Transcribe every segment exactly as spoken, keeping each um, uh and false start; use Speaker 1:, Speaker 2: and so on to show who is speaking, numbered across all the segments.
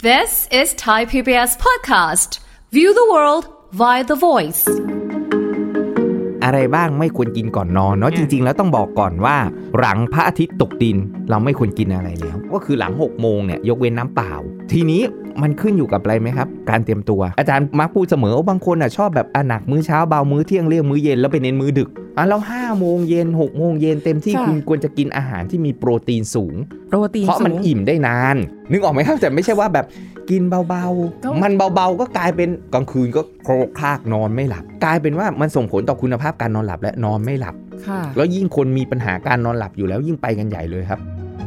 Speaker 1: This is Thai พี บี เอส podcast. View the world via the voice.
Speaker 2: อะไรบ้างไม่ควรกินก่อนนอนเนาะจริงๆแล้วต้องบอกก่อนว่าหลังพระอาทิตย์ตกดินเราไม่ควรกินอะไรแล้วก็คือหลังหกโมงเนี่ยยกเว้นน้ำเปล่าทีนี้มันขึ้นอยู่กับอะไรไหมครับการเตรียมตัวอาจารย์มักพูดเสมอว่าบางคนอ่ะชอบแบบอ่ะหนักมื้อเช้าเบามื้อเที่ยงเลี่ยงมื้อเย็นแล้วไปเน้นมื้อดึกอ่ะแล้วห้าโมงเย็นหกโมงเย็นเต็มที่คุณควรจะกินอาหารที่มีโปรตีนสูง
Speaker 3: โปรตีน
Speaker 2: เพราะมันอิ่มได้นานนึกออกไหมครับแต่ไม่ใช่ว่าแบบกินเบาๆมันเบาๆก็กลายเป็นกลางคืนก็โครกคลากนอนไม่หลับกลายเป็นว่ามันส่งผลต่อคุณภาพการนอนหลับและนอนไม่หลับแล้วยิ่งคนมีปัญหาการนอนหลับอยู่แล้วยิ่งไปกันใหญ่เลยครับ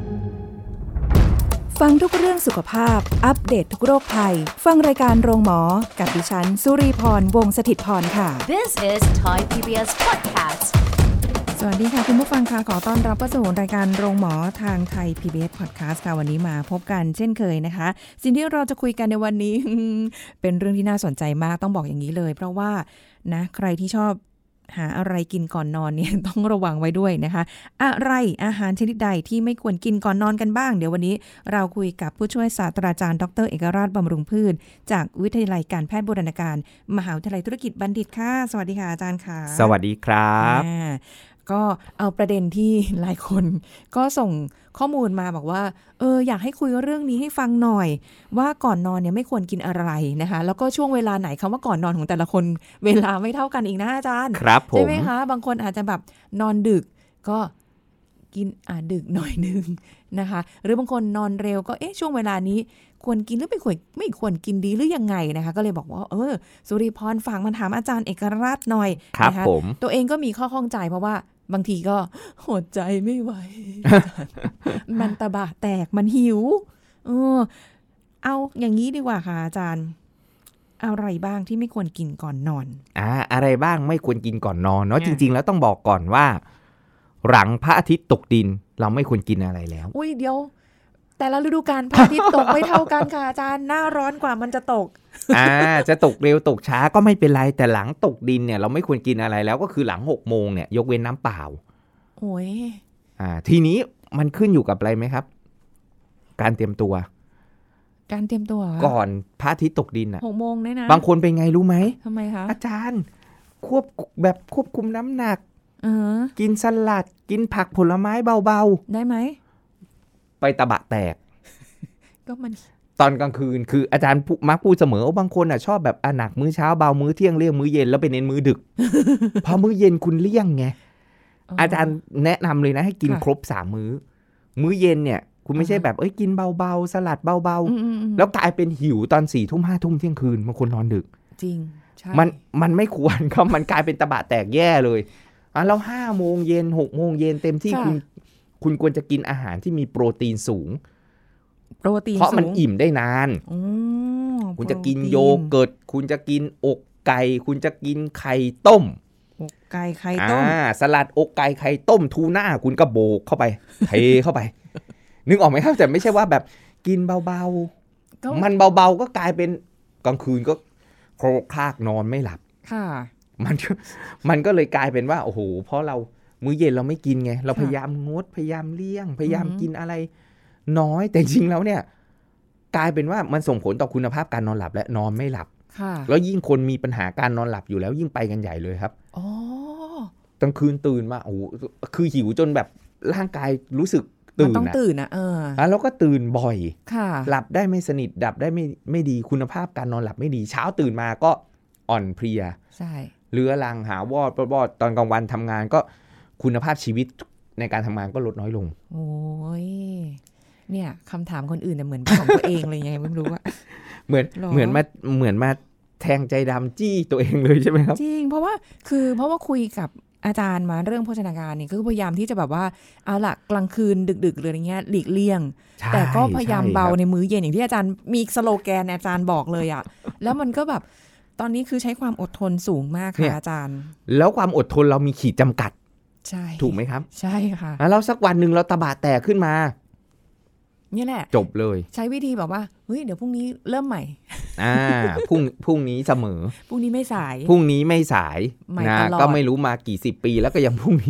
Speaker 3: ฟังทุกเรื่องสุขภาพอัปเดต ท, ทุกโรคภัยฟังรายการโรงหมอกับดิฉันสุรีพรวงศ์สถิตย์พรค่ะ
Speaker 1: This is Thai พี บี เอส podcast.
Speaker 3: สวัสดีค่ะคุณผู้ฟังค่ะขอต้อนรับเข้าสู่รายการโรงหมอทางไทย พี บี เอส podcast ค่ะวันนี้มาพบกันเช่นเคยนะคะสิ่งที่เราจะคุยกันในวันนี้ เป็นเรื่องที่น่าสนใจมากต้องบอกอย่างนี้เลยเพราะว่านะใครที่ชอบหาอะไรกินก่อนนอนเนี่ยต้องระวังไว้ด้วยนะคะอะไรอาหารชนิดใดที่ไม่ควรกินก่อนนอนกันบ้างเดี๋ยววันนี้เราคุยกับผู้ช่วยศาสตราจารย์ดรเอกราชบำรุงพืชจากวิทยาลัยการแพทย์บูรณาการมหาวิทยาลัยธุรกิจบัณฑิตค่ะสวัสดีค่ะอาจารย์ค่ะ
Speaker 2: สวัสดีครับ
Speaker 3: ก็เอาประเด็นที่หลายคนก็ส่งข้อมูลมาบอกว่าเอออยากให้คุยเรื่องนี้ให้ฟังหน่อยว่าก่อนนอนเนี่ยไม่ควรกินอะไรนะคะแล้วก็ช่วงเวลาไหนคำว่าก่อนนอนของแต่ละคนเวลาไม่เท่ากันอีกนะอาจารย์
Speaker 2: ครับผม
Speaker 3: ใช่ไหมคะบางคนอาจจะแบบนอนดึกก็กินอ่าดึกหน่อยนึงนะคะหรือบางคนนอนเร็วก็เอ๊ะช่วงเวลานี้ควรกินหรือไม่ควรไม่ควรกินดีหรือยังไงนะคะก็เลยบอกว่าเออสุริพรฝากมาถามอาจารย์เอกราชหน่อยนะคะตัวเองก็มีข้อข้องใจเพราะว่าบางทีก็หดใจไม่ไหว มันตะบะแตกมันหิวเออเอาอย่างนี้ดีกว่าค่ะอาจารย์อะไรบ้างที่ไม่ควรกินก่อนนอน
Speaker 2: อ่าอะไรบ้างไม่ควรกินก่อนนอนเนาะจริงๆแล้วต้องบอกก่อนว่าหลังพระอาทิตย์ตกดินเราไม่ควรกินอะไรแล้ว
Speaker 3: อุ้ยเดี๋ยวแต่ละฤดูกาลพระอาทิตย์ตกไม่เท่ากันค่ะอาจารย์หน้าร้อนกว่ามันจะตก
Speaker 2: อ่าจะตกเร็วตกช้าก็ไม่เป็นไรแต่หลังตกดินเนี่ยเราไม่ควรกินอะไรแล้วก็คือหลังหกโมงเนี่ยยกเว้นน้ำเปล่า
Speaker 3: โอ้ย
Speaker 2: อ่าทีนี้มันขึ้นอยู่กับอะไรไหมครับการเตรียมตัว
Speaker 3: การเตรียมตัว
Speaker 2: ก่อนพระอาทิตย์ตกดินอ่ะ
Speaker 3: หกโมงเนี่ยนะ
Speaker 2: บางคนเป็นไงรู้ไหม
Speaker 3: ทำไมคะ
Speaker 2: อาจารย์ควบแบบควบคุมน้ำหนัก
Speaker 3: เออ
Speaker 2: กินสลัดกินผักผลไม้เบา
Speaker 3: ๆได้ไหม
Speaker 2: ไปตะบะแตก
Speaker 3: ก็มัน
Speaker 2: ตอนกลางคืนคืออาจารย์มักพูดเสมอว่าบางคนอ่ะชอบแบบอ่ะหนักมื้อเช้าเบามื้อเที่ยงเลี่ยงมื้อเย็นแล้วไปเน้นมื้อดึก พอมื้อเย็นคุณเลี่ยงไง อาจารย์แนะนำเลยนะให้กินครบสามมื้อมื้อเย็นเนี่ยคุณไม่ใช่แบบเอ้ยกินเบาๆสลัดเบาๆแล้วกลายเป็นหิวตอนสี่ทุ่มห้าทุ่มเที่ยงคืนบางคนนอนดึก
Speaker 3: จริงใช่
Speaker 2: มันมันไม่ควรครับมันกลายเป็นตะบะแตกแย่เลยอ่ะแล้วห้าโมงเย็นหกโมงเย็นเต็มที่คุณคุณควรจะกินอาหารที่มีโปรตีนสูง
Speaker 3: โปรตีน
Speaker 2: เพราะมันอิ่มได้นานคุณจะกินโยเกิร์ตคุณจะกินอกไก่คุณจะกินไข่ต้ม
Speaker 3: อกไก่ไข่ต้ม
Speaker 2: อ่าสลัดอกไก่ไข่ต้มทูน่าคุณก็โบกเข้าไปเทเข้าไปนึกออกไหมครับแต่ไม่ใช่ว่าแบบกินเบาๆมันเบาๆก็กลายเป็นกลางคืนก็โครกคลากนอนไม่หลับ
Speaker 3: ค่ะ
Speaker 2: มันมันก็เลยกลายเป็นว่าโอ้โหเพราะเรามื้อเย็นเราไม่กินไงเราพยายามงดพยายามเลี่ยงพยายามกินอะไรน้อยแต่จริงแล้วเนี่ยกลายเป็นว่ามันส่งผลต่อคุณภาพการนอนหลับและนอนไม่หลับแล้วยิ่งคนมีปัญหาการนอนหลับอยู่แล้วยิ่งไปกันใหญ่เลยครับ
Speaker 3: อ๋
Speaker 2: อกลางคืนตื่นมาโอ้โหคือหิวจนแบบร่างกายรู้สึกตื่น
Speaker 3: ต้องตื่นนะเออ
Speaker 2: แล้วก็ตื่นบ่อยหลับได้ไม่สนิทดับได้ไม่ไม่ดีคุณภาพการนอนหลับไม่ดีเช้าตื่นมาก็อ่อนเพลีย
Speaker 3: ใช่
Speaker 2: เรื้อรังหาวอดวอดตอนกลางวันทำงานก็คุณภาพชีวิตในการทำงานก็ลดน้อยลง
Speaker 3: โอ้ยเนี่ยคำถามคนอื่นเนี่ยเหมือนของตัวเองเลยยังไงไม่รู้ว่า
Speaker 2: เหมือนเหมือนมาเหมือนมาแทงใจดำจี้ตัวเองเลยใช่ไหมครับ
Speaker 3: จริงเพราะว่าคือเพราะว่าคุยกับอาจารย์มาเรื่องโภชนาการนี่ก็พยายามที่จะแบบว่าเอาล่ะกลางคืนดึกๆเลยอย่างเงี้ยหลีกเลี่ยงแต่ก็พยายามเบาในมื้อเย็นอย่างที่อาจารย์มีสโลแกนอาจารย์บอกเลยอ่ะแล้วมันก็แบบตอนนี้คือใช้ความอดทนสูงมากค่ะอาจารย์
Speaker 2: แล้วความอดทนเรามีขีดจำกัด
Speaker 3: ใช่
Speaker 2: ถูกไหมครับ
Speaker 3: ใช่ค่ะ
Speaker 2: แล้วสักวันหนึ่งเราตะบะแตกขึ้นมา
Speaker 3: นี่แหละ
Speaker 2: จบเลย
Speaker 3: ใช้วิธีแบบว่าเฮ้ยเดี๋ยวพรุ่งนี้เริ่มใหม่
Speaker 2: อ่าพรุ่งพรุ่งนี้เสมอ
Speaker 3: พรุ่งนี้ไม่สาย
Speaker 2: พรุ่งนี้ไม่สายนะก็ไม่รู้มากี่สิบปีแล้วก็ยังพรุ่งนี้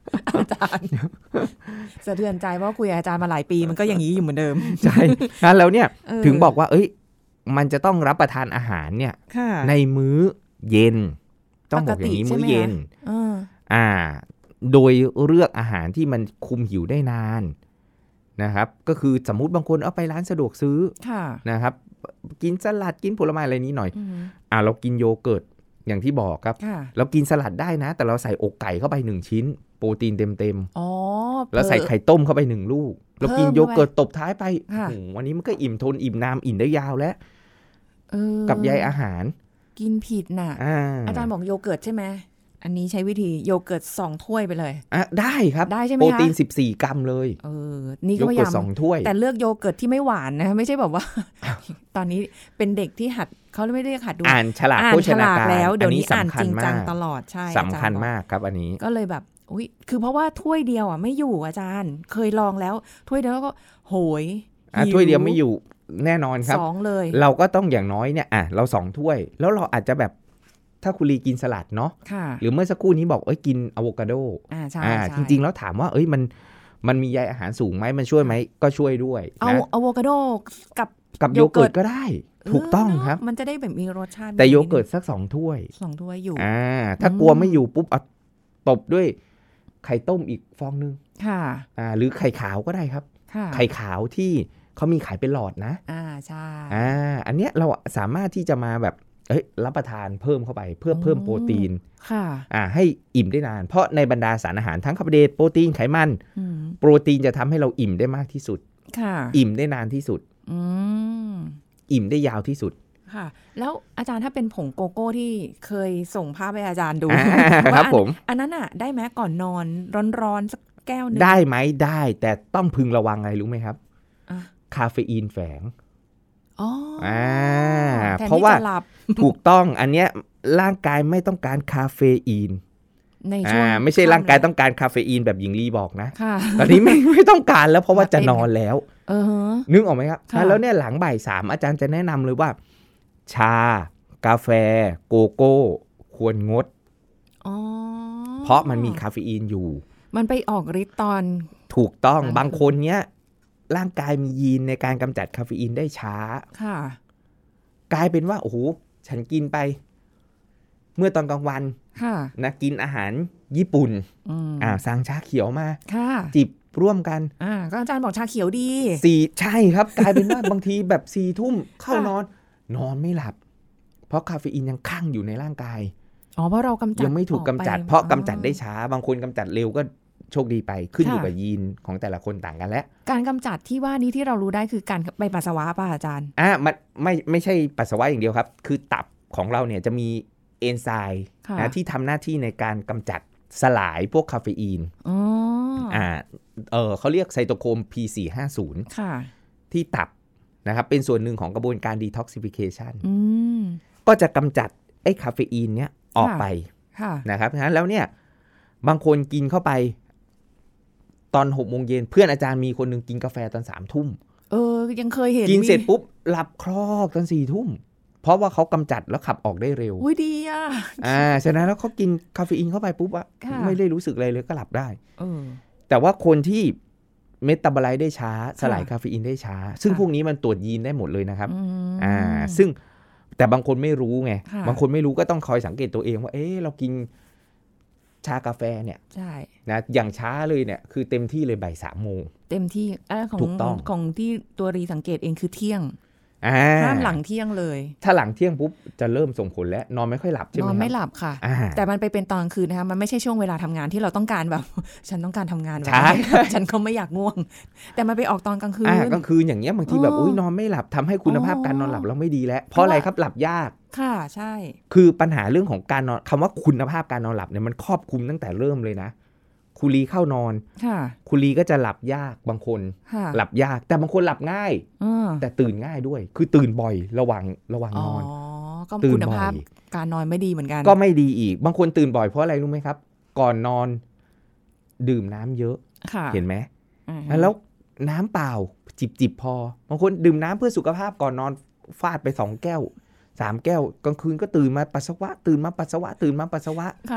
Speaker 3: อาจารย์สะเทือนใจเพราะคุยกับอาจารย์มาหลายปีมันก็อย่างนี้อยู่เหมือนเดิม
Speaker 2: ใช่แล้วเนี่ยถึงบอกว่าเอ้ยมันจะต้องรับประทานอาหารเนี่ยในมื้อเย็นต้องบอกอย่างนี้มื้อเย็นอ่าโดยเลือกอาหารที่มันคุมหิวได้นานนะครับก็คือสมมุติบางคนเอาไปร้านสะดวกซื้อนะครับกินสลัดกินผลไม้อะไรนี้หน่อยอ่าเรากินโยเกิร์ตอย่างที่บอกครับเรากินสลัดได้นะแต่เราใส่อกไก่เข้าไปหนึ่งชิ้นโปรตีนเต็มๆอ๋อแล้วใส่ไข่ต้มเข้าไปหนึ่งลูกเรากินโยเกิร์ตตบท้ายไปโอ้โหวันนี้มันก็อิ่มทนอิ่มน้ำอิ่มได้ยาวแล้วกับใยอาหาร
Speaker 3: กินผิดน่ะ อา, อาจารย์บอกโยเกิร์ตใช่ไหมอันนี้ใช้วิธีโยเกิร์ตสองถ้วยไปเลย
Speaker 2: อ่ะได้ครับ
Speaker 3: ได้ใช่ไหมคะ
Speaker 2: โปรตีนสิบสี่กรัมเลย
Speaker 3: เออนี่ก็พยายาม
Speaker 2: สองถ้วย
Speaker 3: แต่เลือกโยเกิร์ตที่ไม่หวานนะไม่ใช่แบบว่า ตอนนี้เป็นเด็กที่หัดเขาไม่ได้หัดดู
Speaker 2: อ่านฉลากโภชนาการ
Speaker 3: แล้วเดี๋ยวนี้อ่านจริงจังตลอดใช่
Speaker 2: สำคัญมากครับอันนี้
Speaker 3: ก็เลยแบบอุ้ยคือเพราะว่าถ้วยเดียวอ่ะไม่อยู่อาจารย์เคยลองแล้วถ้วยเดียวแล้วก็โหย
Speaker 2: อ่ะถ้วยเดียวไม่อยู่แน่นอนครับ
Speaker 3: สองเลย
Speaker 2: เราก็ต้องอย่างน้อยเนี่ยอ่ะเราสองถ้วยแล้วเราอาจจะแบบถ้าคุณลีกินสลัดเนาะหรือเมื่อสักครู่นี้บอกเอ้ยกินอะโวคาโด
Speaker 3: อ่าใช่
Speaker 2: จริงๆแล้วถามว่าเอ้ยมันมันมีใยอาหารสูงไหมมันช่วยไหมก็ช่วยด้วย
Speaker 3: เอาอะโวคาโดกับ
Speaker 2: กับโยเกิร์ตก็ได้ถูกต้องครับ
Speaker 3: มันจะได้แบบมีรสชาติ
Speaker 2: แต่โยเกิร์ตสักสองถ้วย
Speaker 3: สองถ้วยอยู่
Speaker 2: อ่าถ้ากลัวไม่อยู่ปุ๊บเอาตบด้วยไข่ต้มอีกฟองนึง
Speaker 3: ค่ะ
Speaker 2: อ่าหรือไข่ขาวก็ได้ครับไข่ขาวที่เขามีขายเป็นหลอดนะ
Speaker 3: อ่าใช่
Speaker 2: อ่าอันเนี้ยเราสามารถที่จะมาแบบเอ้ยรับประทานเพิ่มเข้าไปเพื่อเพิ่มโปรตีน
Speaker 3: ค่ะ
Speaker 2: อ่าให้อิ่มได้นานเพราะในบรรดาสารอาหารทั้งคาร์โบไฮเดรตโปรตีนไขมันโปรตีนจะทำให้เราอิ่มได้มากที่สุด
Speaker 3: ค่ะ
Speaker 2: อิ่มได้นานที่สุด
Speaker 3: อืม
Speaker 2: อิ่มได้ยาวที่สุด
Speaker 3: ค่ะแล้วอาจารย์ถ้าเป็นผงโกโก้ที่เคยส่งภาพให้อาจารย์ดู
Speaker 2: ครับผม
Speaker 3: อันนั้นอ่ะได้ไหมก่อนนอนร้อนๆสักแก้วนึง
Speaker 2: ได้ไหมได้แต่ต้องพึงระวังอะไรรู้ไหมครับคาเฟอีนแฝง
Speaker 3: อ๋ออ่
Speaker 2: าเพราะว่าถูกต้องอันเนี้ยร่างกายไม่ต้องการคาเฟอีน
Speaker 3: ในช่วง
Speaker 2: ไม่ใช่ร่างกายต้องการคาเฟอีนแบบหญิงลีบอกนะตอนนี้ไม่ไม่ต้องการแล้วเพราะว่าจะนอนแล้วนึกออกไหมครับแล้วเนี่ยหลังบ่ายสามอาจารย์จะแนะนำเลยว่าชากาแฟโกโก้ควรงดเพราะมันมีคาเฟอีนอยู่
Speaker 3: มันไปออกฤทธิ์ตอน
Speaker 2: ถูกต้องบางคนเนี้ยร่างกายมียีนในการกำจัดคาเฟอีนได้ช้า
Speaker 3: ค่ะ
Speaker 2: กลายเป็นว่าโอ้โหฉันกินไปเมื่อตอนกลางวันนะกินอาหารญี่ปุ่นอ่าสั่งชาเขียวมาจิบร่วมกัน
Speaker 3: อ่าก็อาจารย์บอกชาเขียวดี
Speaker 2: สี่ใช่ครับกลายเป็นว่า บางทีแบบสี่ทุ่มเข้านอนนอนไม่หลับเพราะคาเฟอีนยังคั่งอยู่ในร่างกาย
Speaker 3: อ๋อเพราะเรากำจัด
Speaker 2: ยังไม่ถูกกำจัดเพราะกำจัดได้ช้าบางคนกำจัดเร็วก็โชคดีไปขึ้นอยู่กับยีนของแต่ละคนต่างกันแล้ว
Speaker 3: การกำจัดที่ว่านี้ที่เรารู้ได้คือการไปปัสสาวะป่ะอาจารย์
Speaker 2: อ่ะมันไม่ไม่ใช่ปัสสาวะอย่างเดียวครับคือตับของเราเนี่ยจะมีเอนไซม์นะที่ทำหน้าที่ในการกำจัดสลายพวกคาเฟอีน
Speaker 3: อ๋อ
Speaker 2: อ่าเออเขาเรียกไซโตโครม พี สี่ห้าศูนย์
Speaker 3: ค่ะ
Speaker 2: ที่ตับนะครับเป็นส่วนหนึ่งของกระบวนการ detoxification
Speaker 3: อืม
Speaker 2: ก็จะกำจัดไอ้คาเฟอีนเนี้ยออกไปนะครับฉะนั้นแล้วเนี่ยบางคนกินเข้าไปตอนหกโมงเย็นเพื่อนอาจารย์มีคนนึงกินกาแฟตอนสามทุ่ม
Speaker 3: เออยังเคยเห็น
Speaker 2: กินเสร็จปุ๊บหลับคลอกตอนสี่ทุ่มเพราะว่าเขากำจัดแล้วขับออกได้เร็ว
Speaker 3: อุ้ยดีอ่ะ
Speaker 2: อ่าฉะนั้นแล้วเขากินคาเฟอีนเข้าไปปุ๊บอะไม่ได้รู้สึกอะไรเลยก็หลับได้
Speaker 3: เออ
Speaker 2: แต่ว่าคนที่เมตาบอไลซ์ได้ช้าสลายคาเฟอีนได้ช้าซึ่งพวกนี้มันตรวจยีนได้หมดเลยนะครับอ่าซึ่งแต่บางคนไม่รู้ไงบางคนไม่รู้ก็ต้องคอยสังเกตตัวเองว่าเอ๊ะเรากินชากาแฟเนี่ย
Speaker 3: ใช่
Speaker 2: นะอย่างช้าเลยเนี่ยคือเต็มที่เลยบ่ายสามโมง
Speaker 3: เต็มที่อ่าของของที่ตัวรีสังเกตเองคือเที่ยง ห้ามหลังเที่ยงเลย
Speaker 2: ถ้าหลังเที่ยงปุ๊บจะเริ่มส่งผลแล้วนอนไม่ค่อยหลับใช่ไหม
Speaker 3: นอนไม่หลับค่ะแต่มันไปเป็นตอนคืนนะคะมันไม่ใช่ช่วงเวลาทำงานที่เราต้องการแบบฉันต้องการทำงานแบบฉันก็ไม่อยากง่วงแต่มันไปออกตอนกลางคืน
Speaker 2: กลางคืนอย่างเงี้ยบางทีแบบอุ้ยนอนไม่หลับทำให้คุณภาพการนอนหลับเราไม่ดีแล้วเพราะอะไรครับหลับยาก
Speaker 3: ค่ะใช่
Speaker 2: คือปัญหาเรื่องของการนอนคำว่าคุณภาพการนอนหลับเนี่ยมันครอบคลุมตั้งแต่เริ่มเลยนะคุรีเข้านอนคุรีก็จะหลับยากบางคนหลับยากแต่บางคนหลับง่ายแต่ตื่นง่ายด้วยคือตื่นบ่อยระหว่างระหว่างนอน
Speaker 3: ก็คุณภาพการนอนไม่ดีเหมือนกัน
Speaker 2: ก็ไม่ดีอีกบางคนตื่นบ่อยเพราะอะไรรู้ไหมครับก่อนนอนดื่มน้ำเยอะเห็นไหมแล้วน้ำเปล่าจิบจิบพอบางคนดื่มน้ำเพื่อสุขภาพก่อนนอนฟาดไปสองแก้วสามแก้วกลางคืนก็ตื่นมาปัสสาวะตื่นมาปัสสาวะตื่นมาปัสสาวะ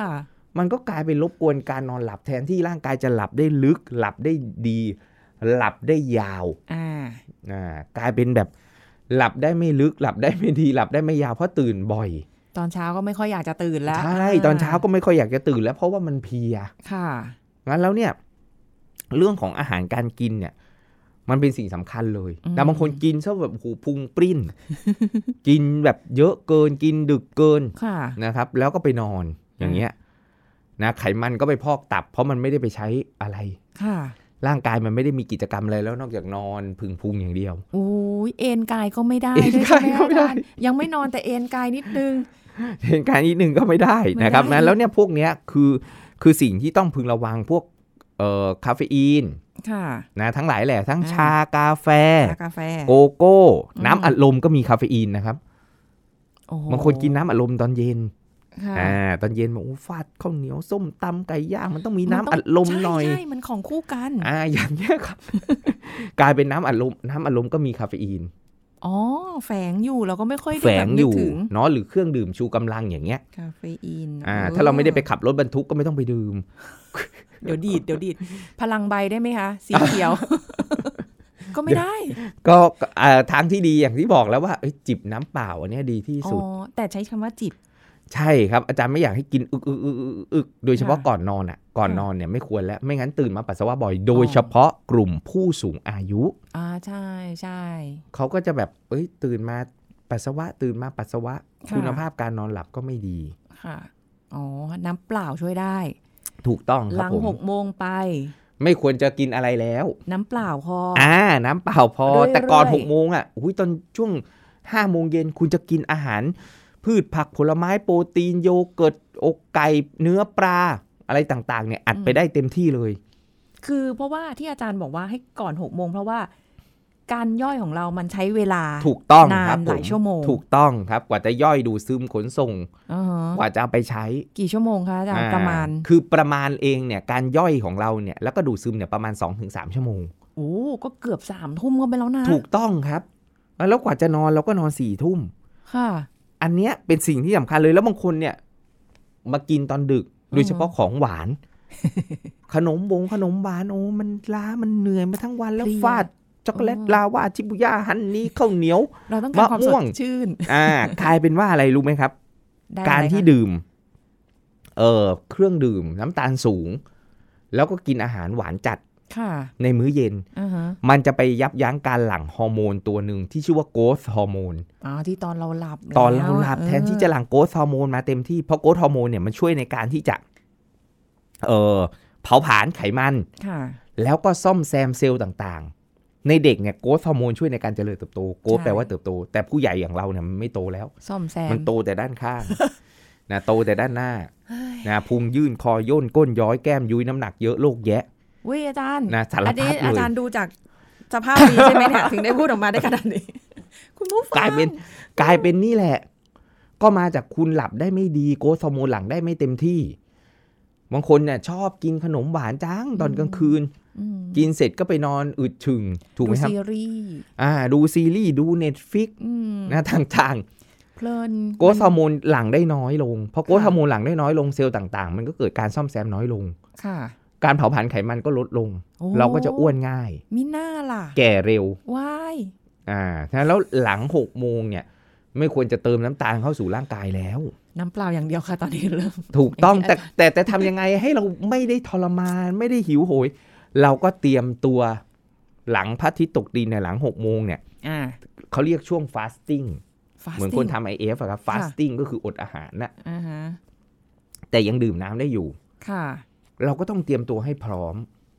Speaker 2: มันก็กลายเป็นรบกวนการนอนหลับแทนที่ร่างกายจะหลับได้ลึกหลับได้ดีหลับได้ยาวอ่าอ่ากลายเป็นแบบหลับได้ไม่ลึกหลับได้ไม่ดีหลับได้ไม่ยาวเพราะตื่นบ่อย
Speaker 3: ตอนเช้าก็ไม่ค่อยอยากจะตื่นแล้ว
Speaker 2: ใช่ตอนเช้าก็ไม่ค่อยอยากจะตื่นแล้วเพราะว่ามันเพลีย
Speaker 3: ค่ะ
Speaker 2: งั้นแล้วเนี่ยเรื่องของอาหารการกินเนี่ยมันเป็นสิ่งสำคัญเลยแต่บางคนกินซะแบบโอ้โหพุงปริ้น กินแบบเยอะเกินกินดึกเกินนะครับแล้วก็ไปนอนอย่างเงี้ยนะไขมันก็ไปพอกตับเพราะมันไม่ได้ไปใช้อะไรร่างกายมันไม่ได้มีกิจกรรมอะไรแล้วนอกจากนอนพึ่งพุงอย่างเดียว
Speaker 3: โอ้ยเอ็นกายก็ไม่ได้ด้วยใช่ไหมอาจารย์ยังไม่นอนแต่เอ็นกายนิดนึง
Speaker 2: เอ็นกายนิดนึงก็ไม่ได้นะครับนั้นแล้วเนี่ยพวกเนี้ยคือคือสิ่งที่ต้องพึงระวังพวกเอ่อคาเฟอีนนะทั้งหลายแหละทั้งชากาแฟโกโก้น้ำอัดลมก็มีคาเฟอีนนะครับบางคนกินน้ำอัดลมตอนเย็นอ่าตอนเย็นบอกฟาดข้าวเหนียวส้มตำไก่ย่างมันต้องมีน้ำอัดลมหน่อย
Speaker 3: ใช่มันของคู่กัน
Speaker 2: อ่าอย่างเงี้ยครับ กลายเป็นน้ำอัดลมน้ำอัดลมก็มีคาเฟอีน
Speaker 3: อ๋อแฝงอยู่เราก็ไม่ค่อย
Speaker 2: แฝงอยู่เนาะหรือเครื่องดื่มชูกำลังอย่างเงี้ย
Speaker 3: คาเฟอีน
Speaker 2: อ่าถ้าเราไม่ได้ไปขับรถบรรทุกก็ไม่ต้องไปดื่ม
Speaker 3: เดี๋ยวดีดเดี๋ยวดีดพลังใบได้ไหมคะสีเขียวก็ไม่ได้
Speaker 2: ก็ทางที่ดีอย่างที่บอกแล้วว่าจิบน้ำเปล่าอันนี้ดีที่สุด
Speaker 3: อ๋อแต่ใช้คำว่าจิบ
Speaker 2: ใช่ครับอาจารย์ไม่อยากให้กินอึกอึกอึกอึกโดยเฉพาะก่อนนอนอ่ะก่อนนอนเนี่ยไม่ควรแล้วไม่งั้นตื่นมาปัสสาวะบ่อยโดยเฉพาะกลุ่มผู้สูงอายุ
Speaker 3: อ่าใช่ใช่
Speaker 2: เขาก็จะแบบเอ้ยตื่นมาปัสสาวะตื่นมาปัสสาวะคุณภาพการนอนหลับก็ไม่ดี
Speaker 3: ค่ะอ๋อน้ำเปล่าช่วยได้
Speaker 2: ถูกต้องครับผม
Speaker 3: หลังหกโมงไป
Speaker 2: ไม่ควรจะกินอะไรแล้ว
Speaker 3: น้ำเปล่าพอ
Speaker 2: อ่าน้ำเปล่าพอแต่ก่อนหกโมงอ่ะอุ้ยตอนช่วงห้าโมงเย็นคุณจะกินอาหารพืชผักผลไม้โปรตีนโยเกิร์ตอกไก่เนื้อปลาอะไรต่างๆเนี่ยอัดไปได้เต็มที่เลย
Speaker 3: คือเพราะว่าที่อาจารย์บอกว่าให้ก่อนหกโมงเพราะว่าการย่อยของเรามันใช้เวลา
Speaker 2: ถูกต้อง
Speaker 3: นานหลายชั่วโมง
Speaker 2: ถูกต้องครับกว่าจะย่อยดูดซึมขนส่ง uh-huh. กว่าจะเอาไปใช้
Speaker 3: กี่ชั่วโมงคะอาจารย์ประมาณ
Speaker 2: คือประมาณเองเนี่ยการย่อยของเราเนี่ยแล้วก็ดูดซึมเนี่ยประมาณ สองถึงสาม ชั่วโมง
Speaker 3: โอ้ก็เกือบสามทุ่มก็ไปแล้วนะ
Speaker 2: ถูกต้องครับแล้วกว่าจะนอนเราก็นอนสี่ทุ่ม
Speaker 3: ค่ะ
Speaker 2: อันเนี้ยเป็นสิ่งที่สำคัญเลยแล้วบางคนเนี่ยมากินตอนดึกโดยเฉพาะของหวาน ขนมบงขนมหวานโอ้มันล้ามันเหนื่อยมาทั้งวันแล้วฟาดช็อกโกแลตลาวาชิบุย่าฮันนี่ข้าวเหนียว
Speaker 3: เราต้องการความสดชื่น
Speaker 2: อ่ากลายเป็นว่าอะไรรู้ไหมครับการที่ดื่มเอ่อเครื่องดื่มน้ำตาลสูงแล้วก็กินอาหารหวานจัดในมื้อเย็น uh-huh. มันจะไปยับยั้งการหลั่งฮอร์โมนตัวหนึ่งที่ชื่อว่าโกรทฮอร์โมน
Speaker 3: อ๋อที่ตอนเราหลับ
Speaker 2: ตอนเราหลับแทนที่จะหลั่งโกรทฮอร์โมนมาเต็มที่เพราะโกรทฮอร์โมนเนี่ยมันช่วยในการที่จะเอ่อเผาผลาญไขมันแล้วก็ซ่อมแซมเซลล์ต่างๆในเด็กเนี่ยโกรทฮอร์โมนช่วยในการเจริญเติบโตโกรทแปลว่าเติบโตแต่ผู้ใหญ่อย่างเราเนี่ยมันไม่โตแล้ว
Speaker 3: ซ่อมแซม
Speaker 2: มันโตแต่ด้านข้าง นะโตแต่ด้านหน้านะพุงยื่นคอย่นก้นย้อยแก้มยุ้ยน้ำหนักเยอะโรคแยะ
Speaker 3: วิอาจารย์
Speaker 2: นะสารพัดเลย
Speaker 3: อาจารย์ดูจากสภาพนี้ใช่ไหมเนี่ยถึงได้พูดออกมาได้ขนาดนี้คุณผู้ฟัง
Speaker 2: กลายเป็นกลายเป็นนี่แหละก็มาจากคุณหลับได้ไม่ดีโกรทฮอร์โมนหลั่งได้ไม่เต็มที่บางคนเนี่ยชอบกินขนมหวานจังตอนกลางคืนกินเสร็จก็ไปนอนอึดฉึ่งถูกไหมครับ
Speaker 3: ดูซีรีส์
Speaker 2: อ่าดูซีรีส์ดู Netflix นะต่างๆ
Speaker 3: เพลิน
Speaker 2: โกรทฮอร์โมนหลั่งได้น้อยลงพอโกรทฮอร์โมนหลั่งได้น้อยลงเซลล์ต่างๆมันก็เกิดการซ่อมแซมน้อยลง
Speaker 3: ค่ะ
Speaker 2: การเผาผลาญไขมันก็ลดลงเราก็จะอ้วนง่าย
Speaker 3: มิน่าล่ะ
Speaker 2: แก่เร็ว
Speaker 3: ว้าย
Speaker 2: อ่าแล้วหลังหกโมงเนี่ยไม่ควรจะเติมน้ำตาลเข้าสู่ร่างกายแล้ว
Speaker 3: น้ำเปล่าอย่างเดียวค่ะตอนนี้เริ่ม
Speaker 2: ถูกต้องแต่แต่แต่ทำยังไงให้เราไม่ได้ทรมานไม่ได้หิวโหยเราก็เตรียมตัวหลังพระอาทิตย์ตกดินในหลังหกโมงเนี่ยเขาเรียกช่วง fasting เหมือนคนทำ ไอ เอฟ อะครับ fasting ก็คืออดอาหารนะแต่ยังดื่มน้ำได้อยู่เราก็ต้องเตรียมตัวให้พร้อม